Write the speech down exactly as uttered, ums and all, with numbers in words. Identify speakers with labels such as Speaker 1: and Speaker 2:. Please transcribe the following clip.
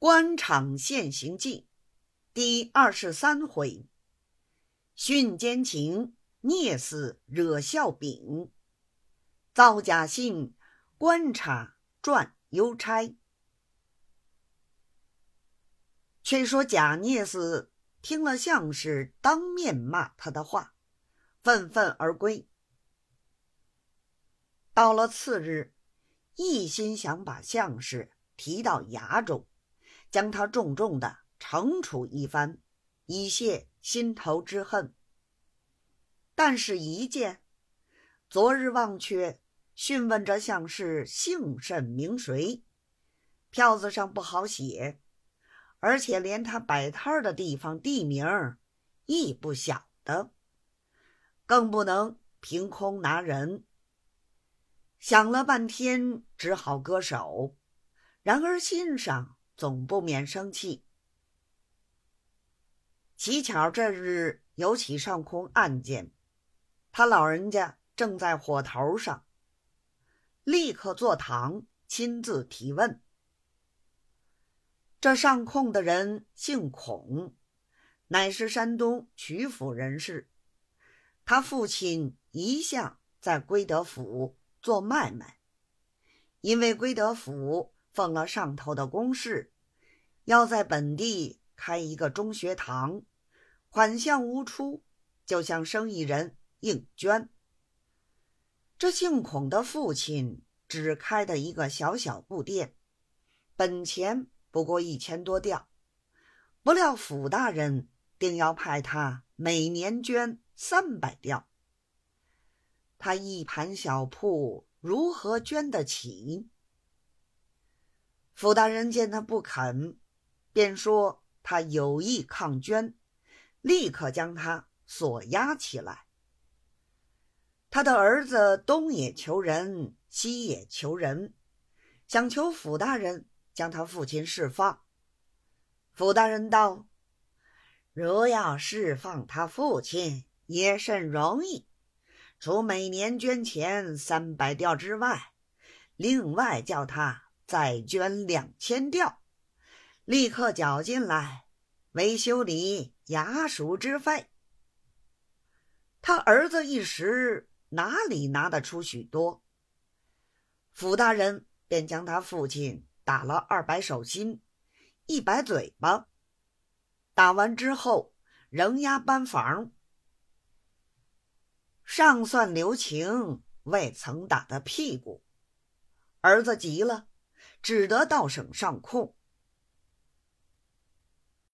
Speaker 1: 官场现形记第二十三回，训奸情，聂死惹笑柄，造假信，观察赚邮差。却说贾聂死听了相士当面骂他的话，愤愤而归。到了次日，一心想把相士提到衙中，将他重重的惩处一番，以泄心头之恨。但是一见昨日忘却询问着相士姓甚名谁，票子上不好写，而且连他摆摊的地方地名亦不晓得，更不能凭空拿人。想了半天，只好割手，然而心上总不免生气。乞巧这日有起上空案件，他老人家正在火头上，立刻坐堂亲自提问。这上控的人姓孔，乃是山东曲阜人士，他父亲一向在归德府做买卖，因为归德府奉了上头的公事，要在本地开一个中学堂，款项无出，就向生意人应捐。这姓孔的父亲只开的一个小小布店，本钱不过一千多吊，不料府大人定要派他每年捐三百吊。他一盘小铺如何捐得起？府大人见他不肯，便说他有意抗捐，立刻将他锁押起来。他的儿子东也求人，西也求人，想求府大人将他父亲释放。府大人道：如要释放他父亲，也甚容易，除每年捐钱三百吊之外，另外叫他再捐两千吊，立刻缴进来，为修理衙署之费。他儿子一时哪里拿得出许多，府大人便将他父亲打了二百手心，一百嘴巴。打完之后仍押班房。上算留情，未曾打的屁股，儿子急了，只得到省上控，